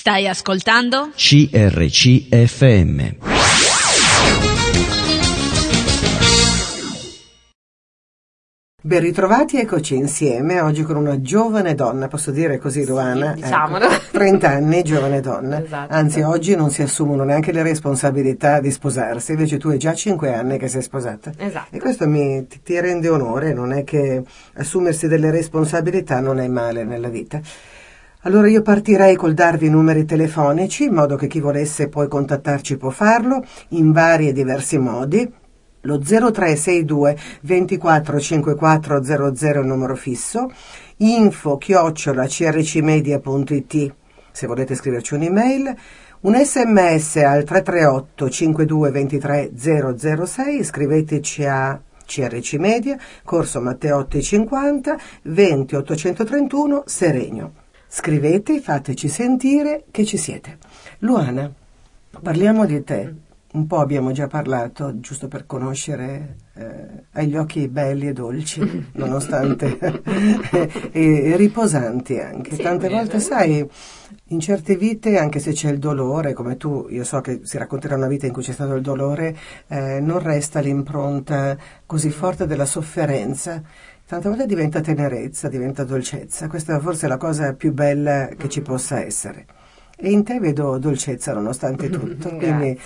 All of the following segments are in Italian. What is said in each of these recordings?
Stai ascoltando? CRC FM. Ben ritrovati, eccoci insieme oggi con una giovane donna, posso dire così, Luana? Sì, diciamolo. Ecco, 30 anni, giovane donna. Esatto. Anzi, oggi non si assumono neanche le responsabilità di sposarsi, invece tu hai già 5 anni che sei sposata. Esatto. E questo ti rende onore, non è che assumersi delle responsabilità non è male nella vita. Allora io partirei col darvi i numeri telefonici, in modo che chi volesse poi contattarci può farlo in vari e diversi modi. Lo 0362 24 54 00 il numero fisso, info@crcmedia.it se volete scriverci un'email, un sms al 338 52 23 006, scriveteci a CRC Media, Corso Matteotti 50, 20 831 Seregno. Scrivete, fateci sentire che ci siete. Luana, parliamo di te. Un po' abbiamo già parlato, giusto per conoscere, hai gli occhi belli e dolci, nonostante e riposanti anche. Sì, Tante bene. volte, sai, in certe vite, anche se c'è il dolore, come tu, io so che si racconterà una vita in cui c'è stato il dolore, non resta l'impronta così forte della sofferenza. Tante volte diventa tenerezza, diventa dolcezza. Questa forse è la cosa più bella che ci possa essere. E in te vedo dolcezza nonostante tutto, quindi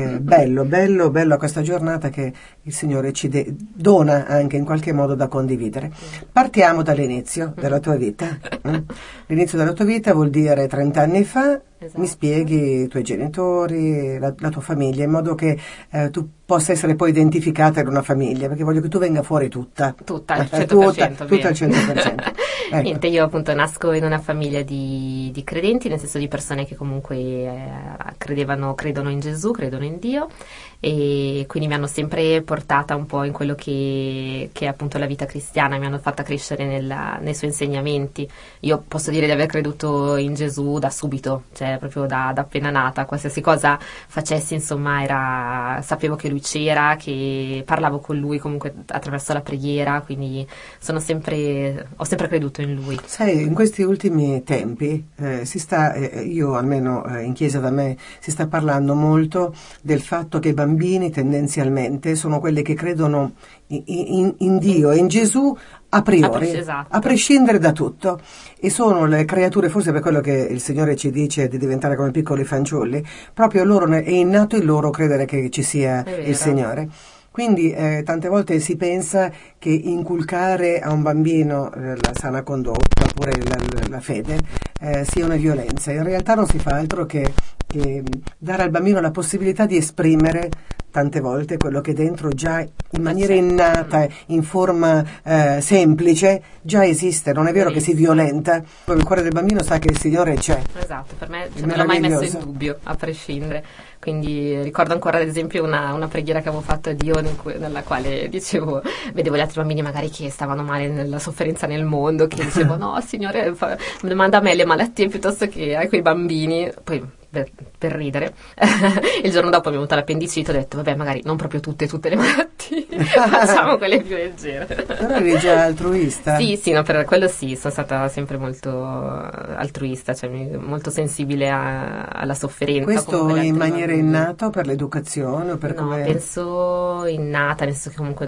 bello questa giornata che il Signore ci dona anche in qualche modo da condividere. Partiamo dall'inizio della tua vita. L'inizio della tua vita vuol dire 30 anni fa. Esatto. Mi spieghi i tuoi genitori, la tua famiglia, in modo che tu possa essere poi identificata in una famiglia, perché voglio che tu venga fuori tutta al 100%. tutta al 100%. Ecco. Niente, io appunto nasco in una famiglia di credenti, nel senso di persone che comunque credono in Gesù, credono in Dio, e quindi mi hanno sempre portata un po' in quello che è appunto la vita cristiana, mi hanno fatta crescere nei suoi insegnamenti. Io posso dire di aver creduto in Gesù da subito, cioè proprio da appena nata, qualsiasi cosa facessi, insomma, sapevo che lui c'era, che parlavo con lui comunque attraverso la preghiera, quindi ho sempre creduto in lui. Sai, in questi ultimi tempi io almeno in chiesa da me, si sta parlando molto del fatto che i bambini tendenzialmente sono quelli che credono in Dio e in Gesù a priori, esatto. a prescindere da tutto, e sono le creature, forse per quello che il Signore ci dice di diventare come piccoli fanciulli, proprio loro è innato in loro credere che ci sia il Signore. Quindi tante volte si pensa che inculcare a un bambino la sana condotta oppure la fede sia una violenza. In realtà non si fa altro che dare al bambino la possibilità di esprimere tante volte quello che dentro già in maniera innata, in forma semplice, già esiste. Non è vero che si violenta. Il cuore del bambino sa che il Signore c'è. Esatto, per me non l'ho mai messo in dubbio, a prescindere. Quindi ricordo ancora ad esempio una preghiera che avevo fatto a Dio nella quale vedevo gli altri bambini magari che stavano male, nella sofferenza nel mondo, che dicevo no Signore, manda a me le malattie piuttosto che a quei bambini. Poi per ridere il giorno dopo mi è venuta l'appendicite, ho detto vabbè, magari non proprio tutte le malattie, facciamo quelle più leggere. Però eri già altruista? Sì, no, per quello sì, sono stata sempre molto altruista, cioè molto sensibile alla sofferenza. Questo in maniera innata o per l'educazione? O per no, penso innata, nel senso che comunque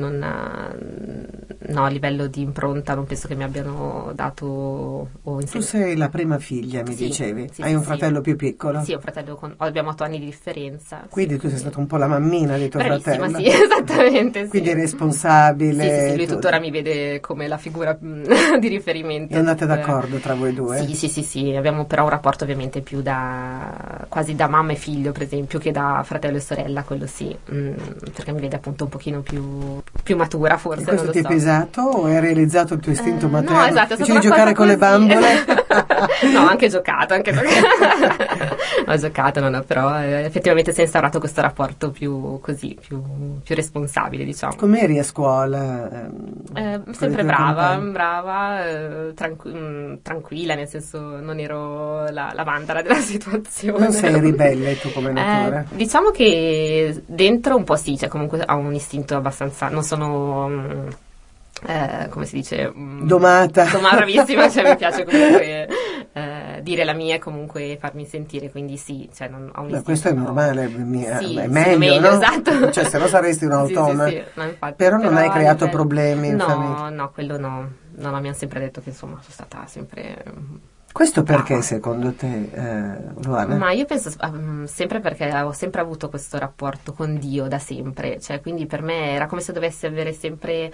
a livello di impronta non penso che mi abbiano dato o insegnato. Tu sei la prima figlia, mi dicevi? Sì, hai un fratello più piccolo? Sì, un fratello abbiamo 8 anni di differenza. Quindi tu sei stata un po' la mammina di tuo fratello. Sì, esattamente. Sì. Quindi responsabile. Sì, lui tuttora mi vede come la figura di riferimento. E andate d'accordo tra voi due? Sì, abbiamo però un rapporto ovviamente più quasi da mamma e figlio, per esempio, che da fratello e sorella, quello sì, perché mi vede appunto un pochino più matura forse. E questo ti è pesato o hai realizzato il tuo istinto materno? No, esatto. Dici di giocare con le bambole? No, anche giocato. Ho giocato, però effettivamente si è instaurato questo rapporto più responsabile, diciamo. Com'eri a scuola? Sempre brava, tranquilla, nel senso non ero la mandala della situazione. Non sei ribelle tu come natura? Diciamo che dentro un po' sì, cioè comunque ho un istinto abbastanza, non sono come si dice? Domata. Bravissima, cioè mi piace comunque dire la mia e comunque farmi sentire, quindi sì, cioè non ho un istinto. Questo è normale, sì, è meglio, no? esatto. Cioè, se no saresti un automa. Sì, no, infatti, però non hai creato problemi in no, famiglia? No, quello no, mi hanno sempre detto che insomma sono stata sempre... Questo perché secondo te, Luana? Ma io penso sempre perché ho sempre avuto questo rapporto con Dio da sempre, cioè quindi per me era come se dovessi avere sempre,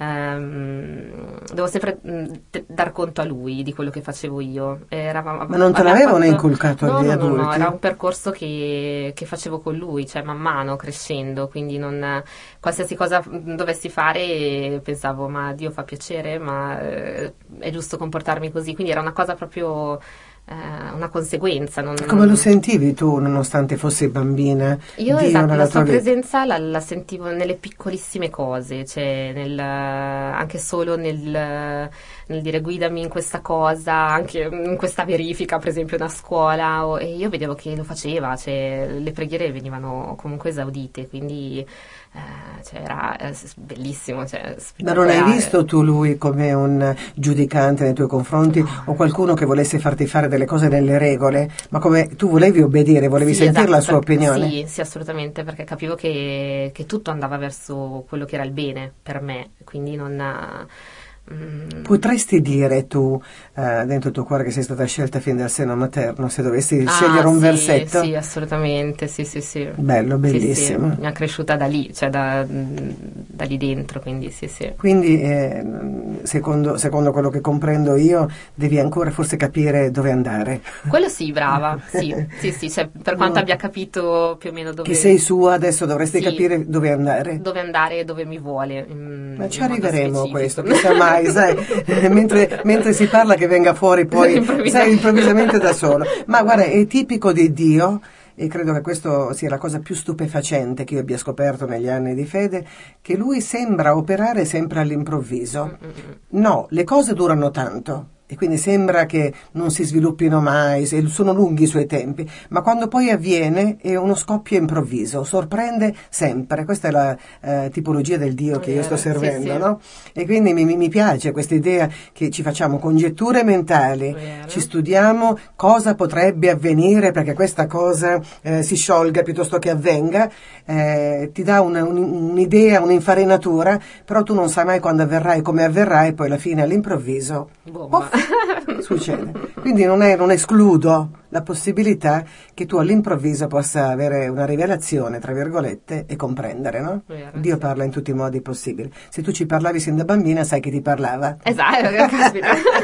devo sempre dar conto a Lui di quello che facevo io. Ma non te l'avevano inculcato agli adulti? No, era un percorso che facevo con Lui, cioè man mano crescendo, quindi qualsiasi cosa dovessi fare pensavo ma Dio fa piacere, ma è giusto comportarmi così, quindi era una cosa proprio una conseguenza. Come lo sentivi tu nonostante fossi bambina? Io esatto, la sua presenza la sentivo nelle piccolissime cose, cioè anche solo nel dire guidami in questa cosa, anche in questa verifica per esempio una scuola, e io vedevo che lo faceva, cioè le preghiere venivano comunque esaudite, quindi cioè era bellissimo, cioè, ma non hai visto tu lui come un giudicante nei tuoi confronti, o qualcuno che volesse farti fare delle cose nelle regole, ma come tu volevi obbedire, volevi sentire la sua opinione? Sì, assolutamente, perché capivo che tutto andava verso quello che era il bene per me, quindi non... Potresti dire tu dentro il tuo cuore che sei stata scelta fin dal seno materno, se dovessi scegliere un versetto? Sì, assolutamente, sì. Bello, bellissimo. Sì, mi ha cresciuta da lì, cioè da lì dentro, quindi sì. Quindi secondo quello che comprendo io devi ancora forse capire dove andare. Quello sì, brava, sì, cioè, per quanto abbia capito più o meno dove... Che sei sua adesso dovresti capire dove andare. Dove andare e dove mi vuole. Ma ci arriveremo a questo, chissà mai. Sai, mentre si parla che venga fuori poi sai, improvvisamente da solo. Ma guarda, è tipico di Dio, e credo che questo sia la cosa più stupefacente che io abbia scoperto negli anni di fede, che lui sembra operare sempre all'improvviso. No, le cose durano tanto e quindi sembra che non si sviluppino mai, sono lunghi i suoi tempi, ma quando poi avviene è uno scoppio improvviso, sorprende sempre. Questa è la tipologia del Dio che io sto servendo, no? E quindi mi piace questa idea che ci facciamo congetture mentali, ci studiamo cosa potrebbe avvenire perché questa cosa si sciolga piuttosto che avvenga, ti dà un'idea, un'infarinatura, però tu non sai mai quando avverrà e come avverrà, e poi alla fine all'improvviso succede. Quindi non escludo la possibilità che tu all'improvviso possa avere una rivelazione, tra virgolette, e comprendere, no? Dio parla in tutti i modi possibili. Se tu ci parlavi sin da bambina, sai che ti parlava. Esatto, caspita.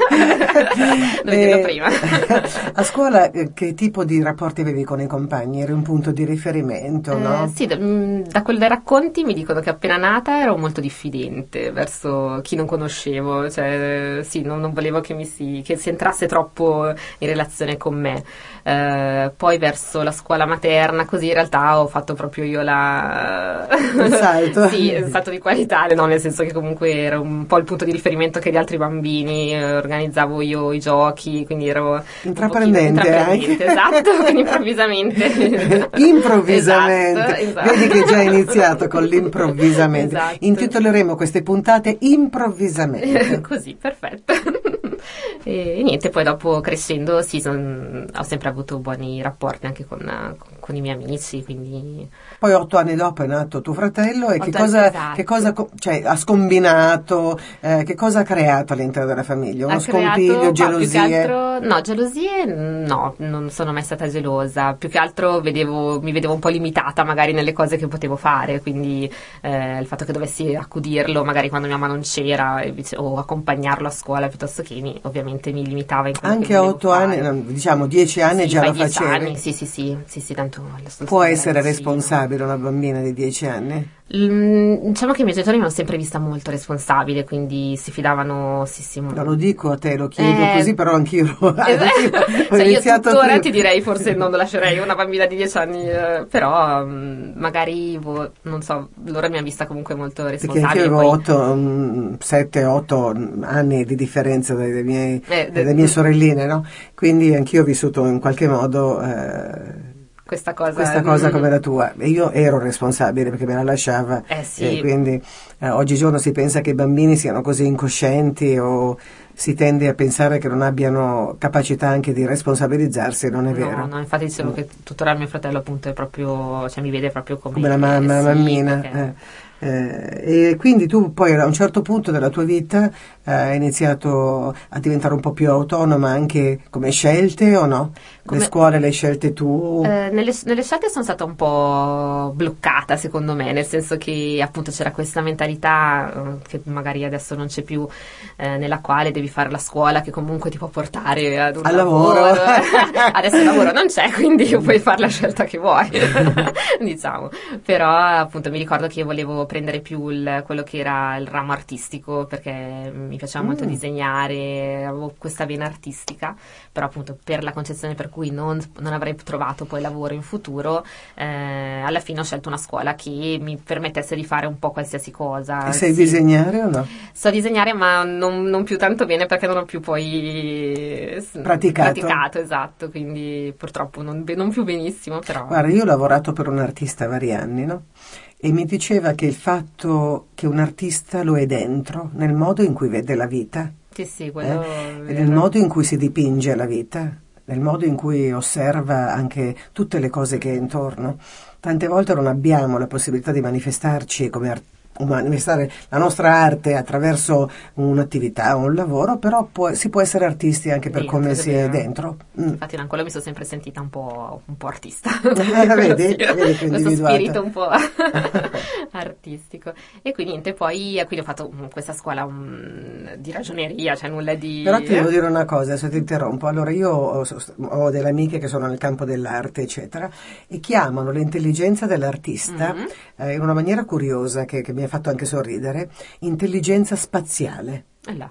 Lo vedevo prima. A scuola che tipo di rapporti avevi con i compagni? Eri un punto di riferimento, no? Sì, da quelli dei racconti mi dicono che appena nata ero molto diffidente verso chi non conoscevo, cioè sì, non volevo che si entrasse troppo in relazione con me. Poi verso la scuola materna, così in realtà ho fatto proprio io il salto. Sì, il salto di qualità, no, nel senso che comunque ero un po' il punto di riferimento che gli altri bambini, organizzavo io i giochi, quindi ero intraprendente anche. Esatto, quindi improvvisamente. Esatto. Vedi che è già iniziato con l'improvvisamente. Esatto. Intitoleremo queste puntate improvvisamente. Così, perfetto. E niente, poi dopo crescendo sì, ho sempre avuto buoni rapporti anche con i miei amici, quindi... Poi 8 anni dopo è nato tuo fratello e che cosa cioè, ha scombinato, che cosa ha creato all'interno della famiglia? Uno scompiglio, gelosie? Più che altro, no, gelosie no, non sono mai stata gelosa, più che altro mi vedevo un po' limitata magari nelle cose che potevo fare, quindi il fatto che dovessi accudirlo magari quando mia mamma non c'era o accompagnarlo a scuola piuttosto che ovviamente mi limitava in quello anche che a 8 anni, diciamo 10 anni sì, già lo 10 facevi? Anni, sì, tanto può essere responsabile una bambina di 10 anni? Diciamo che i miei genitori mi hanno sempre vista molto responsabile, quindi si fidavano. No, lo dico a te, lo chiedo così, però anch'io ho iniziato io tuttora ti direi forse non lascerei una bambina di 10 anni, però magari non so, loro mi hanno vista comunque molto responsabile. Perché io avevo 7-8 anni di differenza delle mie sorelline, no? Quindi anch'io ho vissuto in qualche modo questa cosa come la tua, e io ero responsabile perché me la lasciava, sì. Quindi oggigiorno si pensa che i bambini siano così incoscienti o si tende a pensare che non abbiano capacità anche di responsabilizzarsi, non è vero? No, infatti dicevo che tuttora mio fratello appunto è proprio, cioè mi vede proprio come la mammina. Perché... E quindi tu poi a un certo punto della tua vita hai iniziato a diventare un po' più autonoma anche come scelte o no? Le scuole le hai scelte tu? Nelle scelte sono stata un po' bloccata secondo me, nel senso che appunto c'era questa mentalità che magari adesso non c'è più, nella quale devi fare la scuola che comunque ti può portare ad un lavoro. Adesso il lavoro non c'è, quindi puoi fare la scelta che vuoi, diciamo. Però appunto mi ricordo che io volevo prendere più quello che era il ramo artistico, perché mi piaceva molto disegnare, avevo questa vena artistica, però appunto per la concezione per cui non avrei trovato poi lavoro in futuro, alla fine ho scelto una scuola che mi permettesse di fare un po' qualsiasi cosa. E sai disegnare o no? So disegnare, ma non più tanto bene, perché non ho più poi praticato, esatto, quindi purtroppo non più benissimo, però. Guarda, io ho lavorato per un artista vari anni, no? E mi diceva che il fatto che un artista lo è dentro, nel modo in cui vede la vita, sì, quello e nel modo in cui si dipinge la vita, nel modo in cui osserva anche tutte le cose che è intorno. Tante volte non abbiamo la possibilità di manifestarci manifestare la nostra arte attraverso un'attività o un lavoro, però si può essere artisti anche per come si è dentro. Infatti in quello mi sono sempre sentita un po' artista. Vedi? Questo spirito un po' artistico. E quindi niente, poi ho fatto questa scuola di ragioneria, cioè nulla di... Però ti devo dire una cosa, se ti interrompo. Allora io ho delle amiche che sono nel campo dell'arte, eccetera, e chiamano l'intelligenza dell'artista in una maniera curiosa che mi ha fatto anche sorridere, intelligenza spaziale. Là.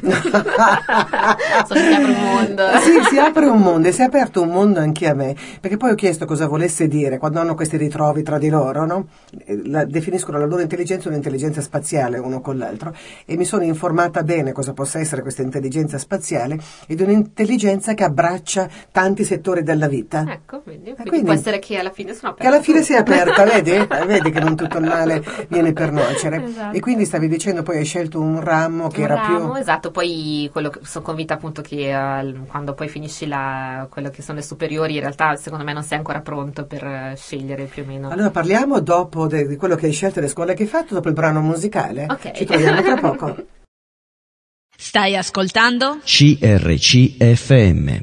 Si apre un mondo. Sì, si apre un mondo, e si è aperto un mondo anche a me, perché poi ho chiesto cosa volesse dire quando hanno questi ritrovi tra di loro, no? Definiscono la loro intelligenza un'intelligenza spaziale uno con l'altro, e mi sono informata bene cosa possa essere questa intelligenza spaziale, ed un'intelligenza che abbraccia tanti settori della vita. Ecco, quindi può essere che alla fine sono aperta. Che alla fine sia aperta, vedi che non tutto il male viene per nuocere. Esatto. E quindi stavi dicendo poi hai scelto un ramo che era più... Esatto, poi quello che sono convinta appunto che quando poi finisci quello che sono le superiori, in realtà secondo me non sei ancora pronto per scegliere più o meno. Allora parliamo dopo di quello che hai scelto, le scuole che hai fatto, dopo il brano musicale. Ok. Ci troviamo tra poco. Stai ascoltando? CRCFM.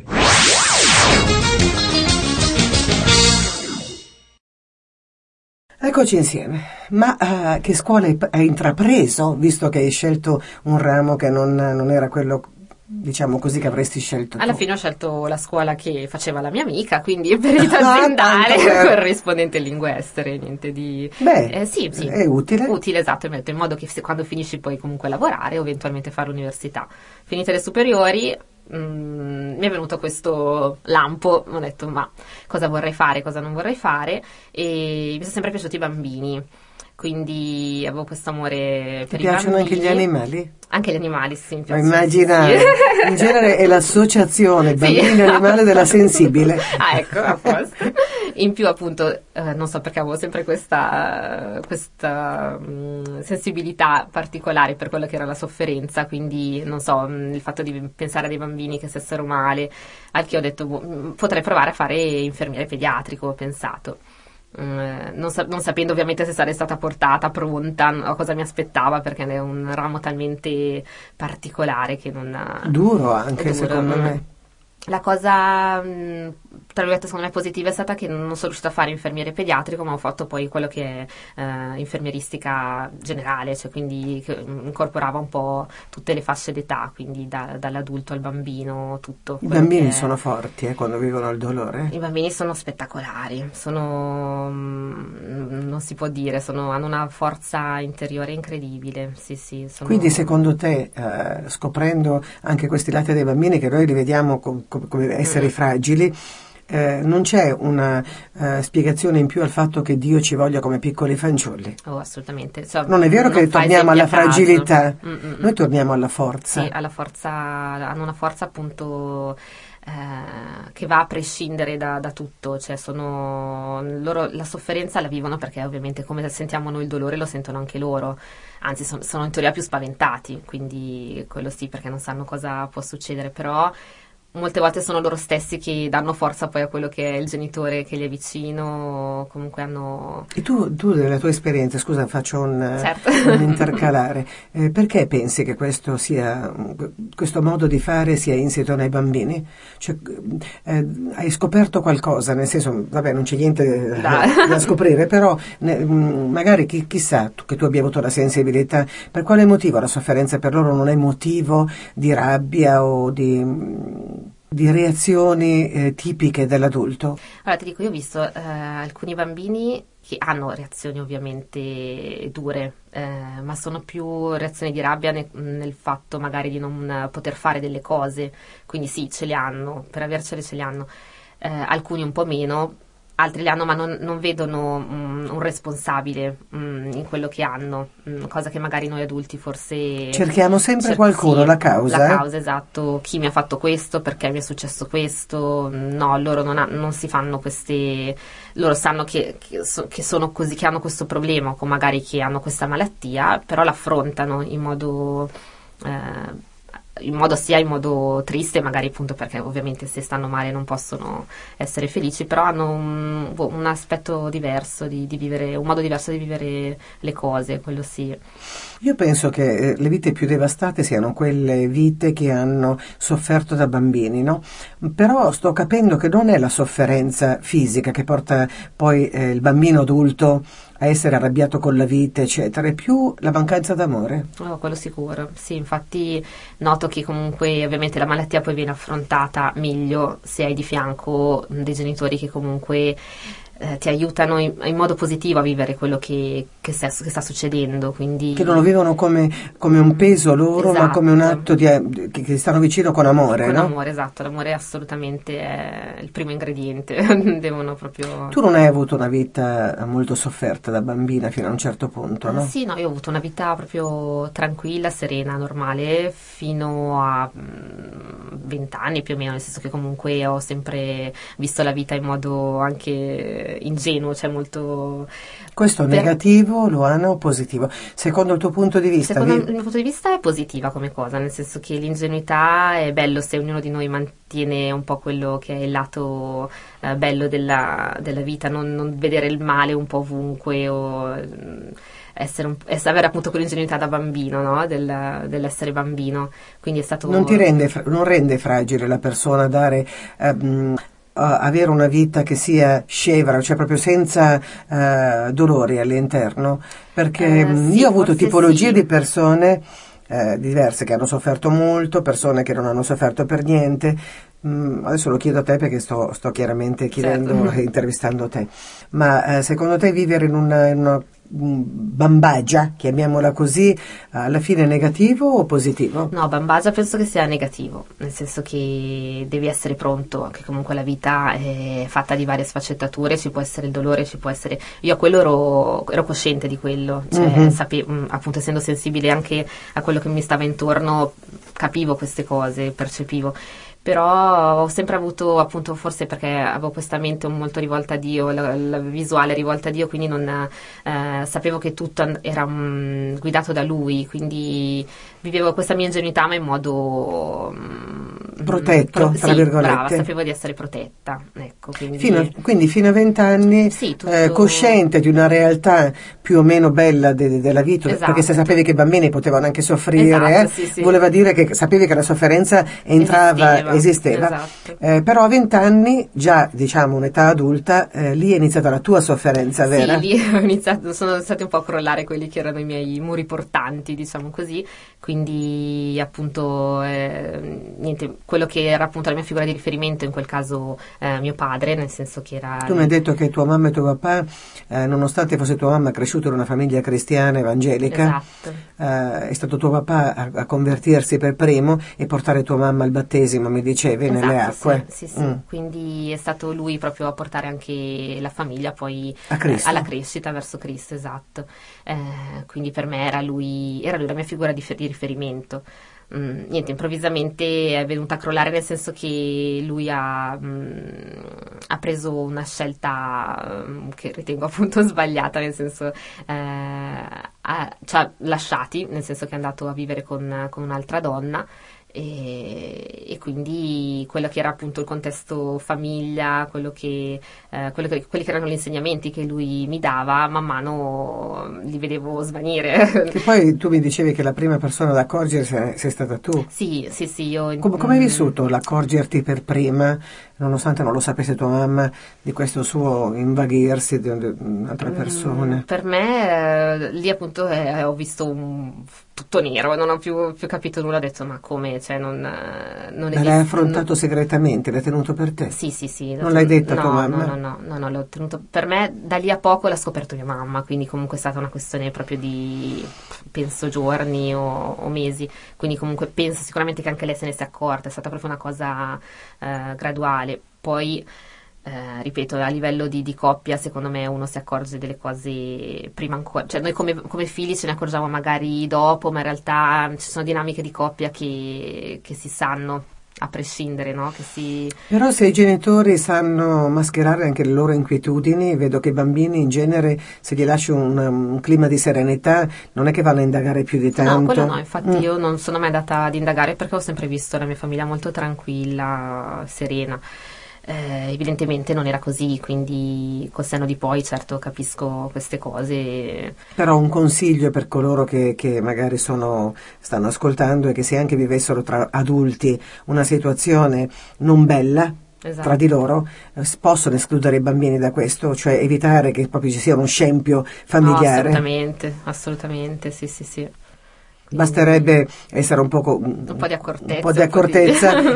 Eccoci insieme. Ma che scuola hai intrapreso, visto che hai scelto un ramo che non era quello, diciamo così, che avresti scelto tu? Alla fine ho scelto la scuola che faceva la mia amica, quindi perito aziendale, corrispondente in lingue estere, niente di... Beh, sì. È utile. Utile, esatto, in modo che quando finisci puoi comunque lavorare o eventualmente fare l'università. Finite le superiori... mi è venuto questo lampo, ho detto ma cosa vorrei fare, cosa non vorrei fare, e mi sono sempre piaciuti i bambini, quindi avevo questo amore per i bambini. Ti piacciono anche gli animali? Anche gli animali, sì, mi piacciono. Immagina, sì. In genere è l'associazione bambini e animale della sensibile. Ah, ecco, a posto. In più appunto, non so perché avevo sempre questa sensibilità particolare per quello che era la sofferenza, quindi non so, il fatto di pensare a dei bambini che stessero male, al che ho detto potrei provare a fare infermiere pediatrico, ho pensato. Non sapendo ovviamente se sarei stata portata pronta a cosa mi aspettava, perché è un ramo talmente particolare che non duro anche secondo me. La cosa, tra virgolette, secondo me positiva è stata che non sono riuscita a fare infermiere pediatrico, ma ho fatto poi quello che è infermieristica generale, cioè quindi che incorporava un po' tutte le fasce d'età, quindi dall'adulto al bambino, tutto. I bambini sono forti quando vivono il dolore? I bambini sono spettacolari, non si può dire, hanno una forza interiore incredibile. Sì, Quindi secondo te, scoprendo anche questi lati dei bambini che noi li vediamo come esseri fragili, non c'è una spiegazione in più al fatto che Dio ci voglia come piccoli fanciulli. Oh, assolutamente. Non è vero che torniamo alla fragilità, Mm-mm. noi torniamo alla forza. Sì, alla forza, hanno una forza appunto che va a prescindere da tutto, cioè loro la sofferenza la vivono perché ovviamente come sentiamo noi il dolore lo sentono anche loro, anzi sono in teoria più spaventati, quindi quello sì, perché non sanno cosa può succedere, però molte volte sono loro stessi che danno forza poi a quello che è il genitore che gli è vicino, comunque hanno... E tu della tua esperienza, scusa, faccio Certo. un intercalare, perché pensi che questo modo di fare sia insito nei bambini? Cioè, hai scoperto qualcosa, nel senso, vabbè, non c'è niente da scoprire, però magari chissà che tu abbia avuto la sensibilità, per quale motivo la sofferenza per loro non è motivo di rabbia o di reazioni tipiche dell'adulto? Allora ti dico, io ho visto alcuni bambini che hanno reazioni ovviamente dure, ma sono più reazioni di rabbia nel fatto magari di non poter fare delle cose, quindi sì, ce le hanno, per avercele ce le hanno, alcuni un po' meno, altri le hanno ma non vedono un responsabile in quello che hanno, cosa che magari noi adulti forse... Cerchiamo sempre qualcuno, sì, la causa. La causa, esatto, chi mi ha fatto questo, perché mi è successo questo, no, loro non si fanno queste... Loro sanno che sono così, che hanno questo problema, o magari che hanno questa malattia, però l'affrontano in modo in modo triste, magari appunto perché ovviamente se stanno male non possono essere felici, però hanno un aspetto diverso di vivere, un modo diverso di vivere le cose, quello sì. Io penso che le vite più devastate siano quelle vite che hanno sofferto da bambini, no? Però sto capendo che non è la sofferenza fisica che porta poi il bambino adulto a essere arrabbiato con la vita, eccetera, è più la mancanza d'amore. Oh, quello sicuro, sì, infatti noto che comunque ovviamente la malattia poi viene affrontata meglio se hai di fianco dei genitori che comunque ti aiutano in modo positivo a vivere quello che sta succedendo, quindi... Che non lo vivono come un peso loro, esatto. Ma come un atto che stanno vicino con amore, con no? Amore, esatto, l'amore assolutamente è il primo ingrediente, devono proprio... Tu non hai avuto una vita molto sofferta da bambina fino a un certo punto, no? Sì, no, io ho avuto una vita proprio tranquilla, serena, normale, fino a 20 anni più o meno, nel senso che comunque ho sempre visto la vita in modo anche ingenuo, cioè molto... Questo è negativo, Luana, o positivo? Secondo il tuo punto di vista? Secondo il mio punto di vista è positiva come cosa, nel senso che l'ingenuità è bello se ognuno di noi mantiene un po' quello che è il lato bello della vita, non vedere il male un po' ovunque o... avere appunto quell'ingenuità da bambino, no? Dell'essere bambino, quindi è stato... Non rende fragile la persona avere una vita che sia scevra, cioè proprio senza dolori all'interno, perché sì, io ho avuto tipologie di persone diverse che hanno sofferto molto, persone che non hanno sofferto per niente. Adesso lo chiedo a te perché sto chiaramente chiedendo e intervistando te, ma secondo te vivere in una bambagia, chiamiamola così, alla fine è negativo o positivo? No, bambagia penso che sia negativo, nel senso che devi essere pronto, che comunque la vita è fatta di varie sfaccettature, ci può essere il dolore, ci può essere... Io a quello ero cosciente di quello, cioè sapevo, appunto essendo sensibile anche a quello che mi stava intorno, capivo queste cose, percepivo. Però ho sempre avuto, appunto, forse perché avevo questa mente molto rivolta a Dio, la visuale rivolta a Dio, quindi non sapevo che tutto era guidato da Lui, quindi vivevo questa mia ingenuità ma in modo protetto, tra virgolette. Brava, sapevo di essere protetta, ecco, quindi fino a 20 anni sì, cosciente di una realtà più o meno bella della vita, esatto. Perché se sapevi che i bambini potevano anche soffrire, esatto, sì. Voleva dire che sapevi che la sofferenza esisteva. Esatto. Però a 20 anni, già diciamo un'età adulta, lì è iniziata la tua sofferenza, vera? Sì, lì sono stati un po' a crollare quelli che erano i miei muri portanti, diciamo così, quindi appunto niente, quello che era appunto la mia figura di riferimento, in quel caso mio padre, nel senso che era... Tu mi hai detto che tua mamma e tuo papà, nonostante fosse tua mamma cresciuta in una famiglia cristiana evangelica, è stato tuo papà a convertirsi per primo e portare tua mamma al battesimo, mi dicevi, nelle acque. Sì. Quindi è stato lui proprio a portare anche la famiglia poi alla crescita verso Cristo, esatto. Quindi per me era lui la mia figura di riferimento. Niente, improvvisamente è venuta a crollare, nel senso che lui ha preso una scelta che ritengo appunto sbagliata, nel senso ci ha lasciati, nel senso che è andato a vivere con un'altra donna. E quindi quello che era appunto il contesto famiglia, quelli che erano gli insegnamenti che lui mi dava, man mano li vedevo svanire. Che poi tu mi dicevi che la prima persona ad accorgersi sei stata tu. Sì, io... Come hai vissuto l'accorgerti per prima, nonostante non lo sapesse tua mamma, di questo suo invaghirsi di altre persone? Per me lì appunto ho visto tutto nero, non ho più capito nulla, ho detto ma come, cioè non l'hai affrontato segretamente, l'hai tenuto per te? Sì. Non l'hai detto a tua mamma? No, l'ho tenuto per me. Da lì a poco l'ha scoperto mia mamma, quindi comunque è stata una questione proprio di, penso, giorni o mesi, quindi comunque penso sicuramente che anche lei se ne sia accorta, è stata proprio una cosa graduale. Poi ripeto, a livello di coppia, secondo me uno si accorge delle cose prima ancora, cioè noi come figli ce ne accorgiamo magari dopo, ma in realtà ci sono dinamiche di coppia che si sanno a prescindere, no? Però se i genitori sanno mascherare anche le loro inquietudini, vedo che i bambini in genere, se gli lasci un clima di serenità, non è che vanno a indagare più di tanto. No, quello no, infatti io non sono mai andata ad indagare, perché ho sempre visto la mia famiglia molto tranquilla, serena. Evidentemente non era così, quindi col senno di poi certo capisco queste cose. Però un consiglio per coloro che magari stanno ascoltando, e che se anche vivessero tra adulti una situazione non bella, esatto, tra di loro, possono escludere i bambini da questo, cioè evitare che proprio ci sia uno scempio familiare. No, assolutamente, sì. Basterebbe essere un po' di accortezza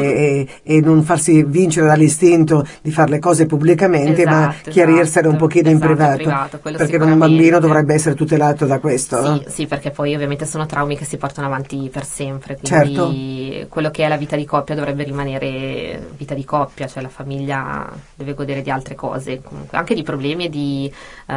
e non farsi vincere dall'istinto di fare le cose pubblicamente, ma chiarirsene un pochino in privato, perché un bambino dovrebbe essere tutelato da questo. Sì, no? Sì, perché poi ovviamente sono traumi che si portano avanti per sempre, quindi certo, quello che è la vita di coppia dovrebbe rimanere vita di coppia, cioè la famiglia deve godere di altre cose, comunque, anche di problemi e di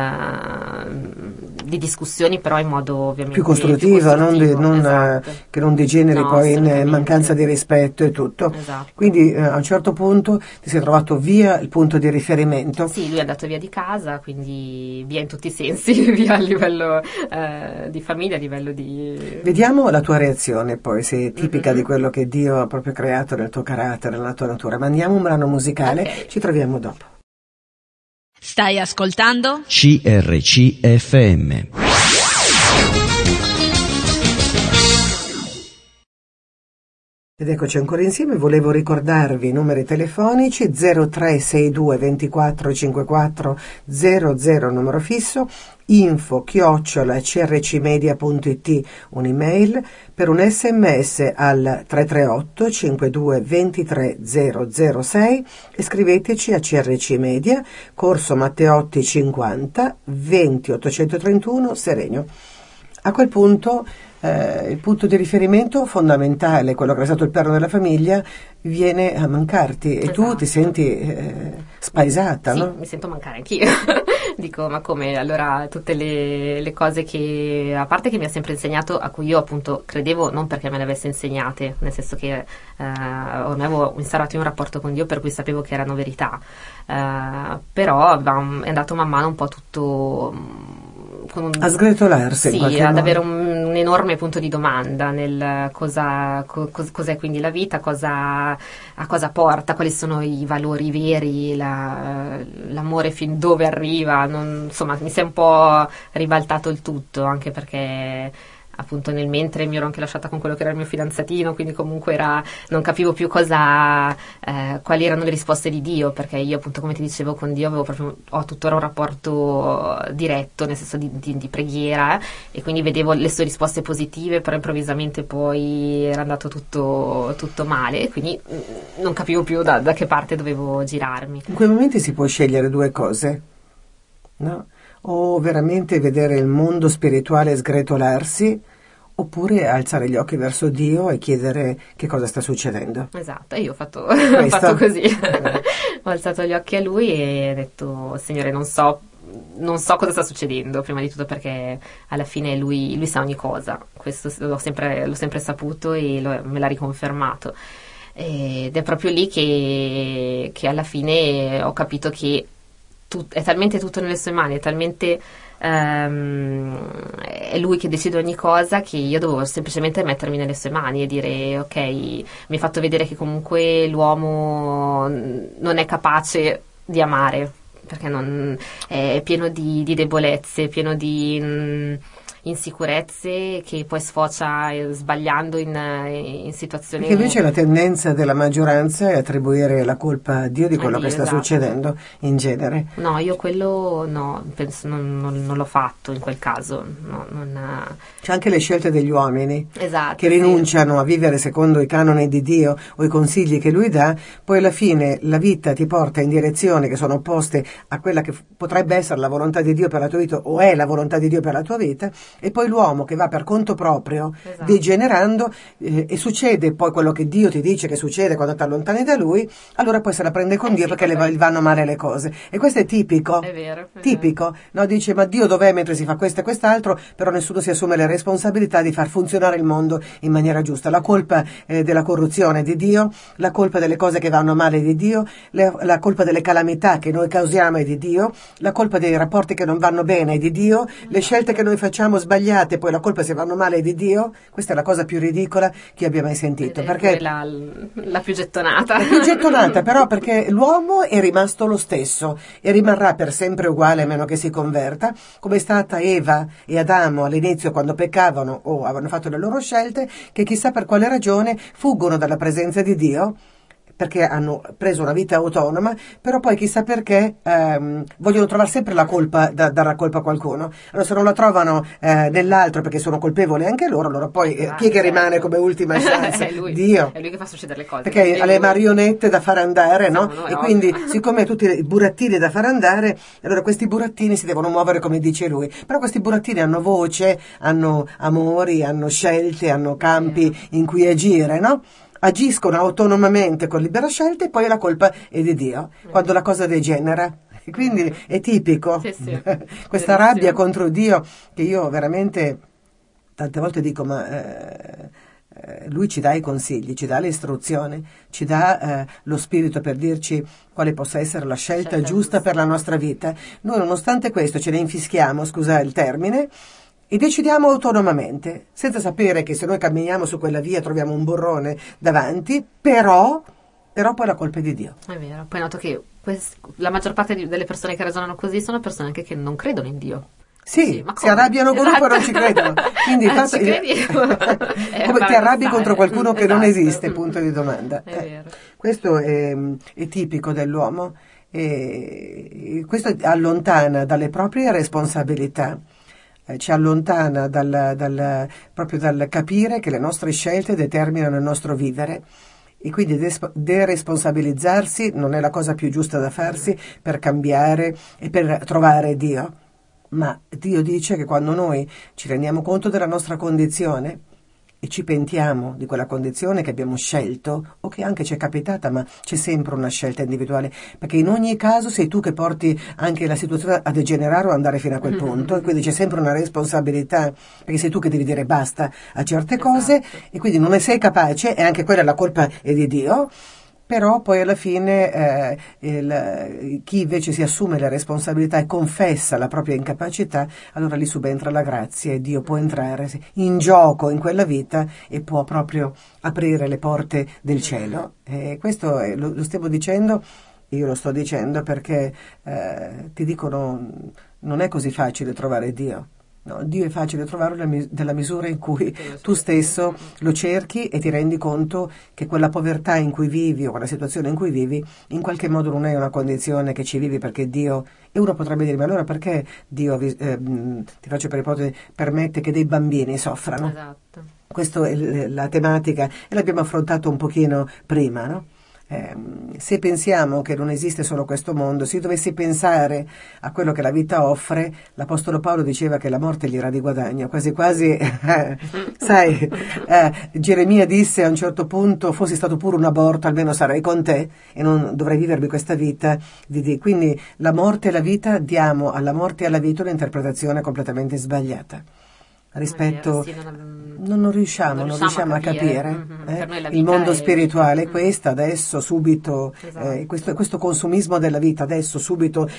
discussioni, però in modo ovviamente più costruttivo, esatto, che non degeneri poi in mancanza di rispetto e tutto. Esatto. Quindi a un certo punto ti sei trovato via il punto di riferimento. Sì, lui è andato via di casa, quindi via in tutti i sensi, via a livello di famiglia, a livello di... Vediamo la tua reazione poi, se è tipica di quello che Dio ha proprio creato nel tuo carattere, nella tua natura. Mandiamo un brano musicale, okay. Ci troviamo dopo. Stai ascoltando? CRCFM. Ed eccoci ancora insieme, volevo ricordarvi i numeri telefonici 0362 24 54 00 numero fisso, info@crcmedia.it un'email, per un sms al 338 52 23 006 e scriveteci a CRC Media, Corso Matteotti 50 20 831 Serenio. A quel punto il punto di riferimento fondamentale, quello che è stato il perno della famiglia, viene a mancarti e tu ti senti spaesata, sì, no? Mi sento mancare anch'io. Dico, ma come? Allora tutte le cose che, a parte che mi ha sempre insegnato, a cui io appunto credevo non perché me le avesse insegnate, nel senso che ormai avevo instaurato un rapporto con Dio per cui sapevo che erano verità, però è andato man mano un po' tutto... a sgretolarsi, in qualche ad modo. Avere un enorme punto di domanda nel cos'è quindi la vita, a cosa porta, quali sono i valori veri, l'amore fin dove arriva, insomma mi si è un po' ribaltato il tutto, anche perché appunto nel mentre mi ero anche lasciata con quello che era il mio fidanzatino, quindi comunque non capivo più quali erano le risposte di Dio, perché io appunto, come ti dicevo, con Dio ho tuttora un rapporto diretto, nel senso di preghiera, e quindi vedevo le sue risposte positive, però improvvisamente poi era andato tutto male, e quindi non capivo più da che parte dovevo girarmi. In quei momenti si può scegliere due cose, no? O veramente vedere il mondo spirituale sgretolarsi, oppure alzare gli occhi verso Dio e chiedere che cosa sta succedendo. Esatto, e io ho fatto così. Ho alzato gli occhi a lui e ho detto: Signore, non so cosa sta succedendo, prima di tutto perché alla fine lui sa ogni cosa, questo l'ho sempre saputo e me l'ha riconfermato, ed è proprio lì che alla fine ho capito che è talmente tutto nelle sue mani, è talmente è lui che decide ogni cosa, che io dovevo semplicemente mettermi nelle sue mani e dire: ok, mi hai fatto vedere che comunque l'uomo non è capace di amare, perché è pieno di debolezze, pieno di insicurezze, che poi sfocia sbagliando in situazioni. Perché invece la tendenza della maggioranza è attribuire la colpa a Dio di quello che sta succedendo in genere. No, io quello no, penso non l'ho fatto in quel caso. No, C'è anche le scelte degli uomini, esatto, che rinunciano a vivere secondo i canoni di Dio o i consigli che lui dà, poi alla fine la vita ti porta in direzioni che sono opposte a quella che potrebbe essere la volontà di Dio per la tua vita, o è la volontà di Dio per la tua vita, e poi l'uomo che va per conto proprio, esatto, degenerando, e succede poi quello che Dio ti dice che succede quando ti allontani da lui, allora poi se la prende con Dio, sì, perché le vanno male le cose. E questo è tipico. È vero. Tipico, no? Dice: ma Dio dov'è mentre si fa questo e quest'altro, però nessuno si assume le responsabilità di far funzionare il mondo in maniera giusta. La colpa della corruzione è di Dio, la colpa delle cose che vanno male è di Dio, la colpa delle calamità che noi causiamo è di Dio, la colpa dei rapporti che non vanno bene è di Dio, le scelte che noi facciamo sbagliate, poi la colpa se vanno male è di Dio. Questa è la cosa più ridicola che abbia mai sentito, perché la più gettonata. la più gettonata, però, perché l'uomo è rimasto lo stesso e rimarrà per sempre uguale a meno che si converta, come è stata Eva e Adamo all'inizio quando peccavano o avevano fatto le loro scelte, che chissà per quale ragione fuggono dalla presenza di Dio, perché hanno preso una vita autonoma, però poi chissà perché vogliono trovare sempre la colpa, dare la colpa a qualcuno. Allora se non la trovano nell'altro perché sono colpevoli anche loro, allora poi chi è che rimane come ultima chance? È lui, Dio. È lui che fa succedere le cose. Perché ha le marionette da fare andare, no? Siamo noi, E quindi, siccome ha tutti i burattini da fare andare, allora questi burattini si devono muovere come dice lui. Però questi burattini hanno voce, hanno amori, hanno scelte, hanno campi in cui agire, no? Agiscono autonomamente con libera scelta, e poi la colpa è di Dio quando la cosa degenera. E quindi è tipico Sì. questa rabbia contro Dio, che io veramente tante volte dico: ma lui ci dà i consigli, ci dà le istruzioni, ci dà lo spirito per dirci quale possa essere la scelta giusta per la nostra vita. Noi nonostante questo ce ne infischiamo, scusa il termine, e decidiamo autonomamente, senza sapere che se noi camminiamo su quella via troviamo un burrone davanti, però poi la colpa è di Dio. È vero. Poi noto che la maggior parte delle persone che ragionano così sono persone anche che non credono in Dio. Sì, ma si arrabbiano con lui e non ci credono. Quindi ci credi? come ti arrabbi contro qualcuno che non esiste, punto di domanda. È vero. Questo è tipico dell'uomo, e questo allontana dalle proprie responsabilità. Ci allontana proprio dal capire che le nostre scelte determinano il nostro vivere, e quindi deresponsabilizzarsi non è la cosa più giusta da farsi per cambiare e per trovare Dio. Ma Dio dice che quando noi ci rendiamo conto della nostra condizione e ci pentiamo di quella condizione che abbiamo scelto, o che anche ci è capitata, ma c'è sempre una scelta individuale, perché in ogni caso sei tu che porti anche la situazione a degenerare o andare fino a quel punto, e quindi c'è sempre una responsabilità, perché sei tu che devi dire basta a certe cose, e quindi non ne sei capace, e anche quella la colpa è di Dio. Però poi alla fine chi invece si assume la responsabilità e confessa la propria incapacità, allora lì subentra la grazia, e Dio può entrare in gioco in quella vita e può proprio aprire le porte del cielo. E questo lo stiamo dicendo, io lo sto dicendo perché ti dicono non è così facile trovare Dio. No, Dio è facile trovarlo nella misura in cui tu stesso lo cerchi e ti rendi conto che quella povertà in cui vivi o quella situazione in cui vivi in qualche modo non è una condizione che ci vivi perché Dio, e uno potrebbe dire, ma allora perché Dio, ti faccio per ipotesi, permette che dei bambini soffrano? Esatto. Questa è la tematica e l'abbiamo affrontato un pochino prima, no? Se pensiamo che non esiste solo questo mondo, se dovessi pensare a quello che la vita offre, l'Apostolo Paolo diceva che la morte gli era di guadagno, quasi quasi, sai, Geremia disse a un certo punto, fossi stato pure un aborto, almeno sarei con te e non dovrei vivermi questa vita quindi la morte e la vita, diamo alla morte e alla vita un'interpretazione completamente sbagliata. Rispetto, sì, non riusciamo a capire Per noi la il vita mondo è spirituale, questa adesso, subito, esatto. questo consumismo della vita adesso, subito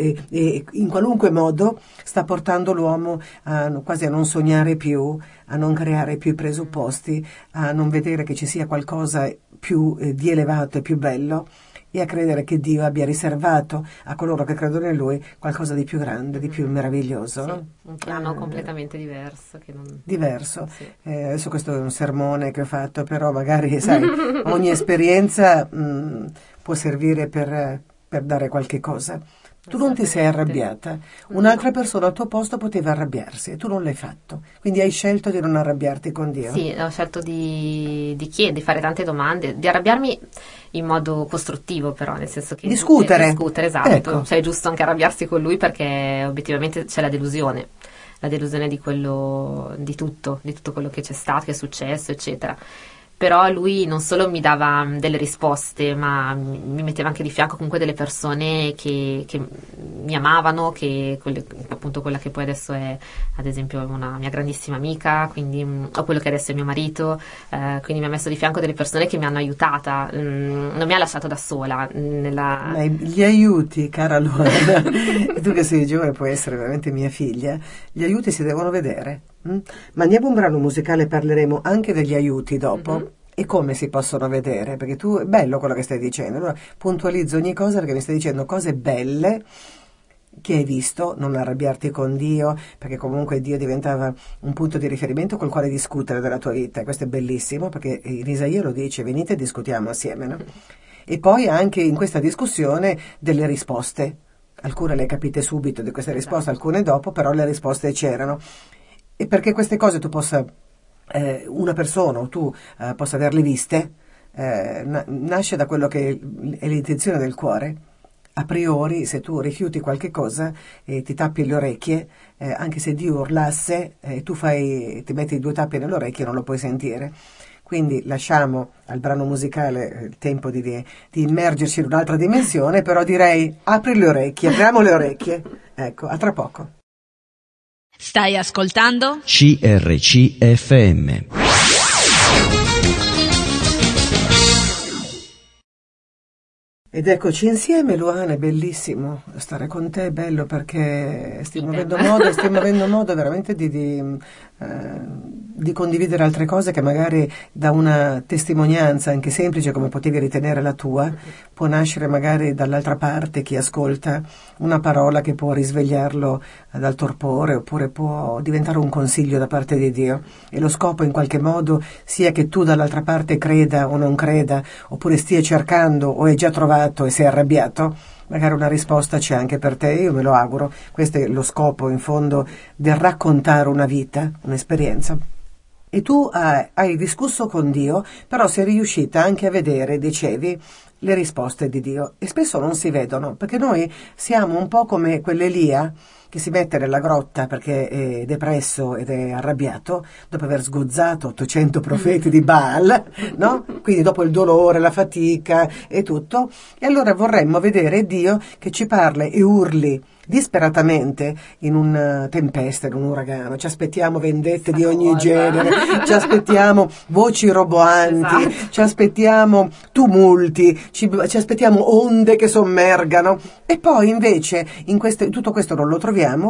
e in qualunque modo sta portando l'uomo quasi a non sognare più, a non creare più i presupposti, a non vedere che ci sia qualcosa più di elevato e più bello, e a credere che Dio abbia riservato a coloro che credono in Lui qualcosa di più grande, di più meraviglioso. Sì, No? un piano completamente diverso. Diverso. Sì. Adesso questo è un sermone che ho fatto, però magari, sai, ogni esperienza può servire per dare qualche cosa. Tu non ti sei arrabbiata, un'altra persona al tuo posto poteva arrabbiarsi e tu non l'hai fatto, quindi hai scelto di non arrabbiarti con Dio. Sì, ho scelto di chiedere, di fare tante domande, di arrabbiarmi in modo costruttivo però, nel senso che... Discutere, esatto, ecco. Cioè è giusto anche arrabbiarsi con lui perché obiettivamente c'è la delusione di quello, di tutto quello che c'è stato, che è successo, eccetera. Però lui non solo mi dava delle risposte, ma mi metteva anche di fianco comunque delle persone che mi amavano, appunto quella che poi adesso è ad esempio una mia grandissima amica, quindi, o quello che adesso è mio marito, quindi mi ha messo di fianco delle persone che mi hanno aiutata, non mi ha lasciato da sola. Ma gli aiuti, cara Luana, tu che sei giovane puoi essere veramente mia figlia, gli aiuti si devono vedere. Ma andiamo a un brano musicale, parleremo anche degli aiuti dopo e come si possono vedere, perché tu è bello quello che stai dicendo, allora puntualizzo ogni cosa perché mi stai dicendo cose belle che hai visto, non arrabbiarti con Dio, perché comunque Dio diventava un punto di riferimento col quale discutere della tua vita, e questo è bellissimo perché in Isaia lo dice, venite e discutiamo assieme, no? E poi anche in questa discussione delle risposte, alcune le hai capite subito di queste risposte, alcune dopo, però le risposte c'erano. E perché queste cose tu possa, una persona o tu possa averle viste, nasce da quello che è l'intenzione del cuore. A priori, se tu rifiuti qualche cosa e ti tappi le orecchie, anche se Dio urlasse, tu ti metti 2 tappi nelle orecchie e non lo puoi sentire. Quindi lasciamo al brano musicale il tempo di immergerci in un'altra dimensione, però direi apri le orecchie, apriamo le orecchie. Ecco, a tra poco. Stai ascoltando? CRCFM. Ed eccoci insieme, Luana, è bellissimo stare con te, è bello perché stiamo avendo modo veramente di condividere altre cose che magari da una testimonianza anche semplice come potevi ritenere la tua, può nascere magari dall'altra parte chi ascolta una parola che può risvegliarlo dal torpore oppure può diventare un consiglio da parte di Dio, e lo scopo in qualche modo sia che tu dall'altra parte creda o non creda, oppure stia cercando o hai già trovato e sei arrabbiato, magari una risposta c'è anche per te, io me lo auguro. Questo è lo scopo in fondo del raccontare una vita, un'esperienza. E tu hai discusso con Dio, però sei riuscita anche a vedere, dicevi, le risposte di Dio, e spesso non si vedono, perché noi siamo un po' come quell'Elia che si mette nella grotta perché è depresso ed è arrabbiato dopo aver sgozzato 800 profeti di Baal, no? Quindi dopo il dolore, la fatica e tutto, e allora vorremmo vedere Dio che ci parla e urli disperatamente in una tempesta, in un uragano. Ci aspettiamo vendette di ogni genere, ci aspettiamo voci roboanti, esatto. Ci aspettiamo tumulti, ci aspettiamo onde che sommergano, e poi invece tutto questo non lo troviamo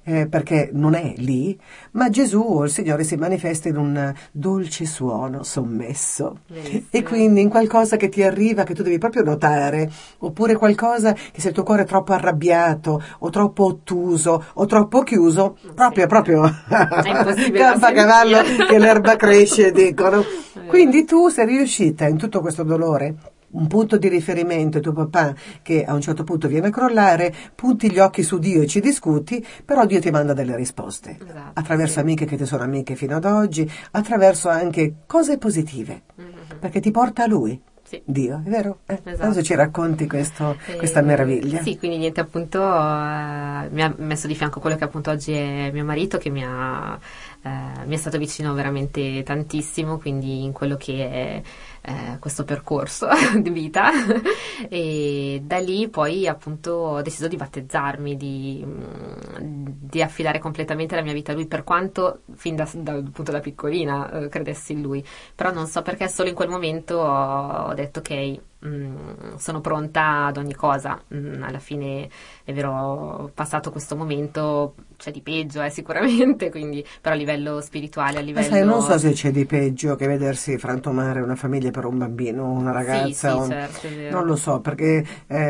perché non è lì, ma Gesù o il Signore si manifesta in un dolce suono sommesso. Benissimo. E quindi in qualcosa che ti arriva, che tu devi proprio notare, oppure qualcosa che se il tuo cuore è troppo arrabbiato o troppo ottuso o troppo chiuso, proprio è impossibile campa a da cavallo sentire. che l'erba cresce, dicono. Quindi tu sei riuscita in tutto questo dolore, un punto di riferimento è tuo papà che a un certo punto viene a crollare, punti gli occhi su Dio e ci discuti, però Dio ti manda delle risposte, Esatto, attraverso sì. amiche che ti sono amiche fino ad oggi, attraverso anche cose positive, perché ti porta a Lui. Sì. Dio, è vero? Esatto. Adesso ci racconti questa meraviglia. Sì, quindi niente, appunto mi ha messo di fianco quello che appunto oggi è mio marito, che mi è stato vicino veramente tantissimo, quindi in quello che è questo percorso di vita. E da lì poi appunto ho deciso di battezzarmi, di affidare completamente la mia vita a lui, per quanto fin appunto da piccolina credessi in lui, però non so perché solo in quel momento ho detto ok, sono pronta ad ogni cosa. Alla fine è vero, ho passato questo momento, c'è di peggio sicuramente, quindi però a livello spirituale, a livello... Sai, non so se c'è di peggio che vedersi frantumare una famiglia per un bambino, una ragazza. Sì, certo, è vero. Non lo so, perché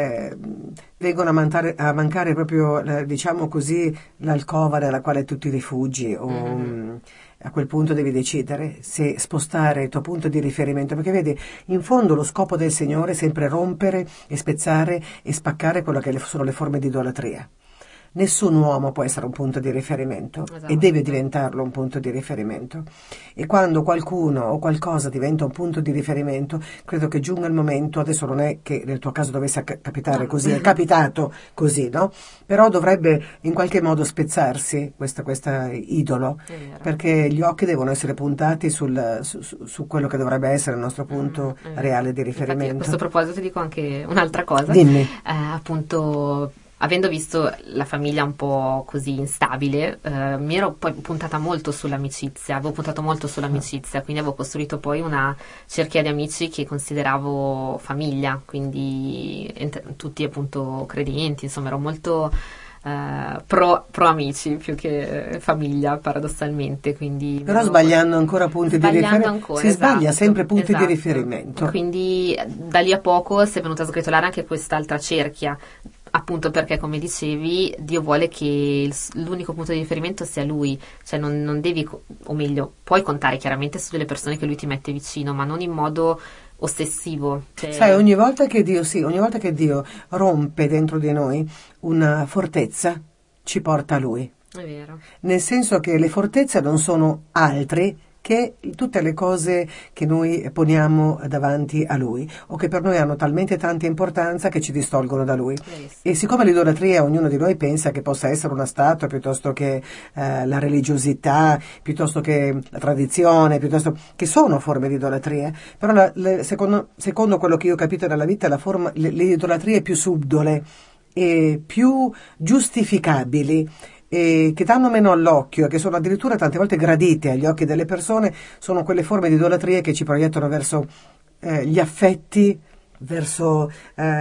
vengono a mancare proprio, diciamo così, l'alcova nella quale tu ti rifugi o... A quel punto devi decidere se spostare il tuo punto di riferimento, perché vedi, in fondo lo scopo del Signore è sempre rompere e spezzare e spaccare quello che sono le forme di idolatria. Nessun uomo può essere un punto di riferimento, esatto, e deve diventarlo un punto di riferimento. E quando qualcuno o qualcosa diventa un punto di riferimento, credo che giunga il momento, adesso non è che nel tuo caso dovesse capitare così, è capitato così, no? Però dovrebbe in qualche modo spezzarsi questa idolo, perché gli occhi devono essere puntati su quello che dovrebbe essere il nostro punto reale di riferimento. Infatti, a questo proposito ti dico anche un'altra cosa. Dimmi. Appunto, avendo visto la famiglia un po' così instabile, mi ero poi puntata molto sull'amicizia, avevo puntato molto sull'amicizia, quindi avevo costruito poi una cerchia di amici che consideravo famiglia, quindi tutti appunto credenti, insomma ero molto pro amici più che famiglia, paradossalmente. Quindi però sbagliando ancora punti di riferimento, ancora, si sbaglia esatto, sempre punti esatto. di riferimento. Quindi da lì a poco si è venuta a sgretolare anche quest'altra cerchia, appunto perché, come dicevi, Dio vuole che l'unico punto di riferimento sia Lui, cioè non devi, o meglio, puoi contare chiaramente su delle persone che Lui ti mette vicino, ma non in modo ossessivo. Cioè... Sai, ogni volta che Dio rompe dentro di noi una fortezza, ci porta a Lui. È vero. Nel senso che le fortezze non sono altre che tutte le cose che noi poniamo davanti a Lui o che per noi hanno talmente tanta importanza che ci distolgono da Lui. E siccome l'idolatria, ognuno di noi pensa che possa essere una statua piuttosto che la religiosità, piuttosto che la tradizione, piuttosto che sono forme di idolatria, però secondo quello che io ho capito dalla vita, le idolatrie più subdole e più giustificabili e che danno meno all'occhio e che sono addirittura tante volte gradite agli occhi delle persone, sono quelle forme di idolatria che ci proiettano verso gli affetti, verso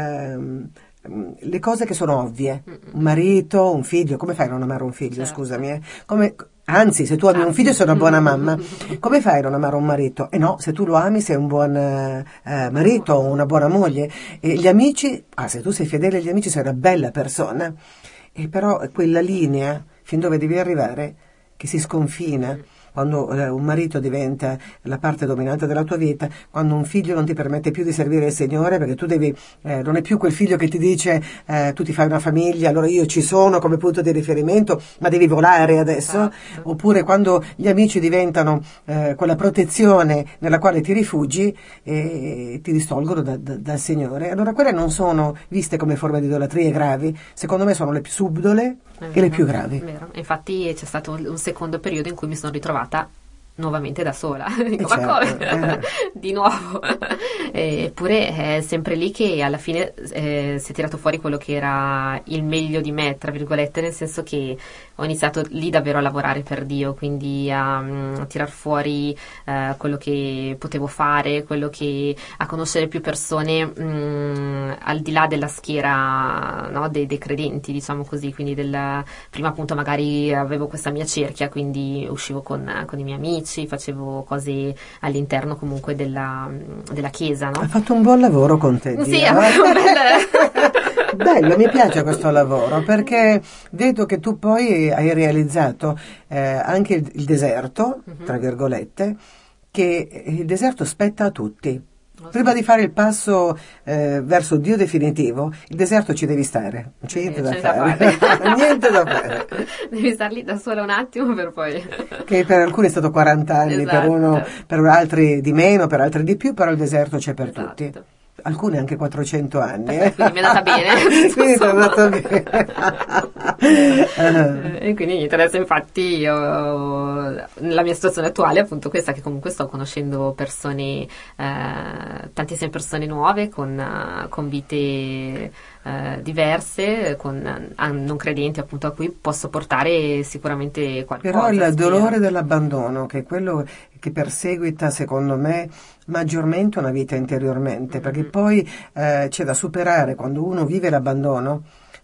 le cose che sono ovvie. Un marito, un figlio. Come fai a non amare un figlio? Certo. Scusami. Anzi, se tu ami un figlio sei una buona mamma. Come fai a non amare un marito? No, se tu lo ami sei un buon marito o una buona moglie. E gli amici, se tu sei fedele agli amici sei una bella persona. E però quella linea, fin dove devi arrivare, che si sconfina, quando un marito diventa la parte dominante della tua vita, quando un figlio non ti permette più di servire il Signore, perché tu devi, non è più quel figlio che ti dice tu ti fai una famiglia, allora io ci sono come punto di riferimento, ma devi volare adesso, oppure quando gli amici diventano quella protezione nella quale ti rifugi e ti distolgono dal Signore, allora quelle non sono viste come forme di idolatrie gravi, secondo me sono le più subdole e le più gravi. Vero. Infatti c'è stato un secondo periodo in cui mi sono ritrovata nuovamente da sola. Dico, ma certo. come? Di nuovo. Eppure è sempre lì che alla fine si è tirato fuori quello che era il meglio di me, tra virgolette, nel senso che ho iniziato lì davvero a lavorare per Dio, quindi a tirar fuori quello che potevo fare, a conoscere più persone al di là della schiera, no, dei credenti, diciamo così, quindi prima appunto magari avevo questa mia cerchia, quindi uscivo con i miei amici, facevo cose all'interno comunque della chiesa, no? Ha fatto un buon lavoro con te, Dio. Sì, ha fatto un bel... Bello, mi piace questo lavoro perché vedo che tu poi hai realizzato anche il deserto, tra virgolette, che il deserto spetta a tutti. Prima di fare il passo verso Dio definitivo, il deserto ci devi stare, non c'è niente da fare. Niente da fare. Devi star lì da sola un attimo per poi... Che per alcuni è stato 40 anni, Esatto. per altri di meno, per altri di più, però il deserto c'è per Esatto. tutti. Alcuni anche 400 anni. Quindi mi è andata bene. Quindi è andata bene. E quindi niente, adesso infatti la mia situazione attuale è appunto questa, che comunque sto conoscendo persone, tantissime persone nuove con vite diverse, con non credenti appunto, a cui posso portare sicuramente qualcosa. Però il spero. dolore dell'abbandono, che è quello che perseguita secondo me maggiormente una vita interiormente, perché poi c'è da superare quando uno vive l'abbandono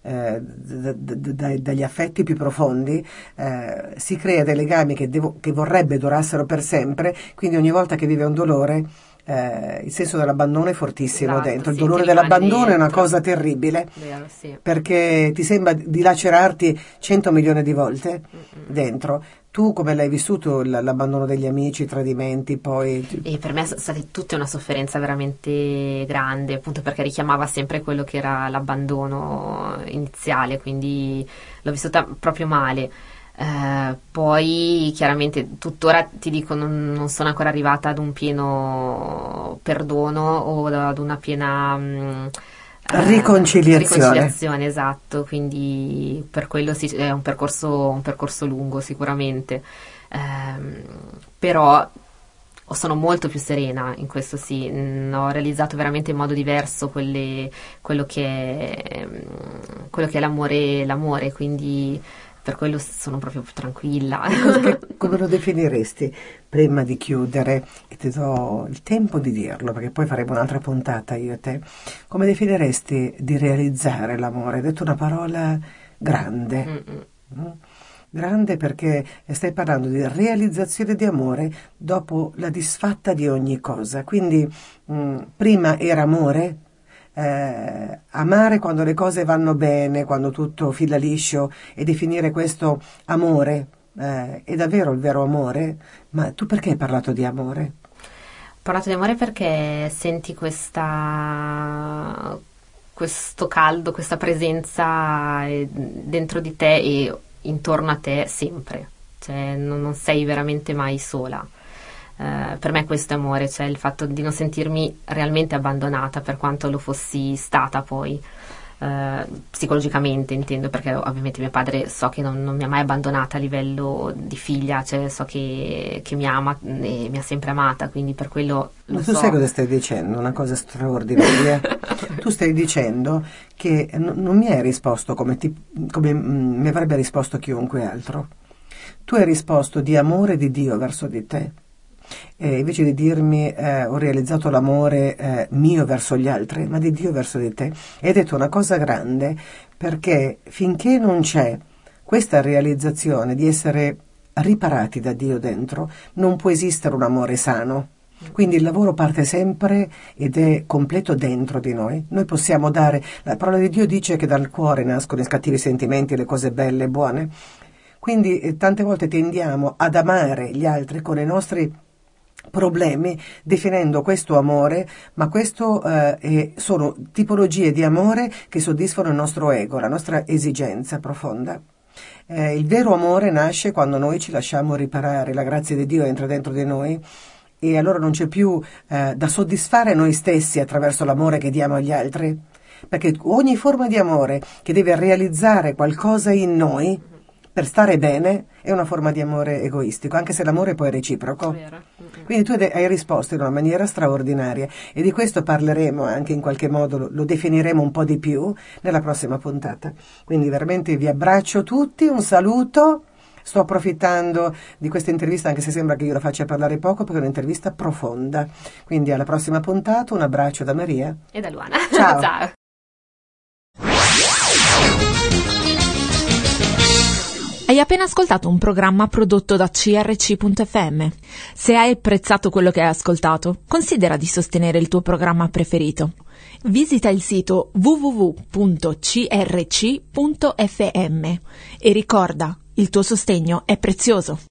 dagli affetti più profondi, si crea dei legami che vorrebbe durassero per sempre, quindi ogni volta che vive un dolore il senso dell'abbandono è fortissimo. Esatto, dentro. Il sì, dolore ti rimane dell'abbandono è una dentro. cosa terribile, Vero, sì. perché ti sembra di lacerarti 100 milioni di volte dentro. Tu come l'hai vissuto l'abbandono degli amici, i tradimenti, poi... E per me sono state tutte una sofferenza veramente grande, appunto perché richiamava sempre quello che era l'abbandono iniziale, quindi l'ho vissuta proprio male. Poi chiaramente tuttora ti dico non sono ancora arrivata ad un pieno perdono o ad una piena riconciliazione, esatto, quindi per quello sì, è un percorso lungo sicuramente, però sono molto più serena in questo, sì, ho realizzato veramente in modo diverso quello che è l'amore, quindi per quello sono proprio più tranquilla. Come lo definiresti, prima di chiudere, e ti do il tempo di dirlo, perché poi faremo un'altra puntata io e te, come definiresti di realizzare l'amore? Hai detto una parola grande. Grande perché stai parlando di realizzazione di amore dopo la disfatta di ogni cosa. Quindi prima era amore, amare quando le cose vanno bene, quando tutto fila liscio, e definire questo amore è davvero il vero amore. Ma tu perché hai parlato di amore? Ho parlato di amore perché senti questo caldo, questa presenza dentro di te e intorno a te sempre, cioè non sei veramente mai sola. Per me questo è amore, cioè il fatto di non sentirmi realmente abbandonata, per quanto lo fossi stata poi, psicologicamente intendo, perché ovviamente mio padre so che non mi ha mai abbandonata a livello di figlia, cioè so che mi ama e mi ha sempre amata, quindi per quello Ma tu sai cosa stai dicendo? Una cosa straordinaria. Tu stai dicendo che non mi hai risposto come mi avrebbe risposto chiunque altro. Tu hai risposto di amore di Dio verso di te. Invece di dirmi ho realizzato l'amore mio verso gli altri, ma di Dio verso di te. E hai detto una cosa grande, perché finché non c'è questa realizzazione di essere riparati da Dio dentro, non può esistere un amore sano. Quindi il lavoro parte sempre ed è completo dentro di noi. Noi possiamo dare, la parola di Dio dice che dal cuore nascono i cattivi sentimenti, le cose belle e buone. Quindi tante volte tendiamo ad amare gli altri con i nostri problemi, definendo questo amore, ma questo sono tipologie di amore che soddisfano il nostro ego, la nostra esigenza profonda. Il vero amore nasce quando noi ci lasciamo riparare, la grazia di Dio entra dentro di noi e allora non c'è più da soddisfare noi stessi attraverso l'amore che diamo agli altri, perché ogni forma di amore che deve realizzare qualcosa in noi per stare bene è una forma di amore egoistico, anche se l'amore poi è reciproco. Vero. Quindi tu hai risposto in una maniera straordinaria e di questo parleremo anche in qualche modo, lo definiremo un po' di più nella prossima puntata. Quindi veramente vi abbraccio tutti, un saluto. Sto approfittando di questa intervista, anche se sembra che io la faccia parlare poco, perché è un'intervista profonda. Quindi alla prossima puntata, un abbraccio da Maria e da Luana. Ciao. Ciao. Hai appena ascoltato un programma prodotto da CRC.fm. Se hai apprezzato quello che hai ascoltato, considera di sostenere il tuo programma preferito. Visita il sito www.crc.fm e ricorda, il tuo sostegno è prezioso.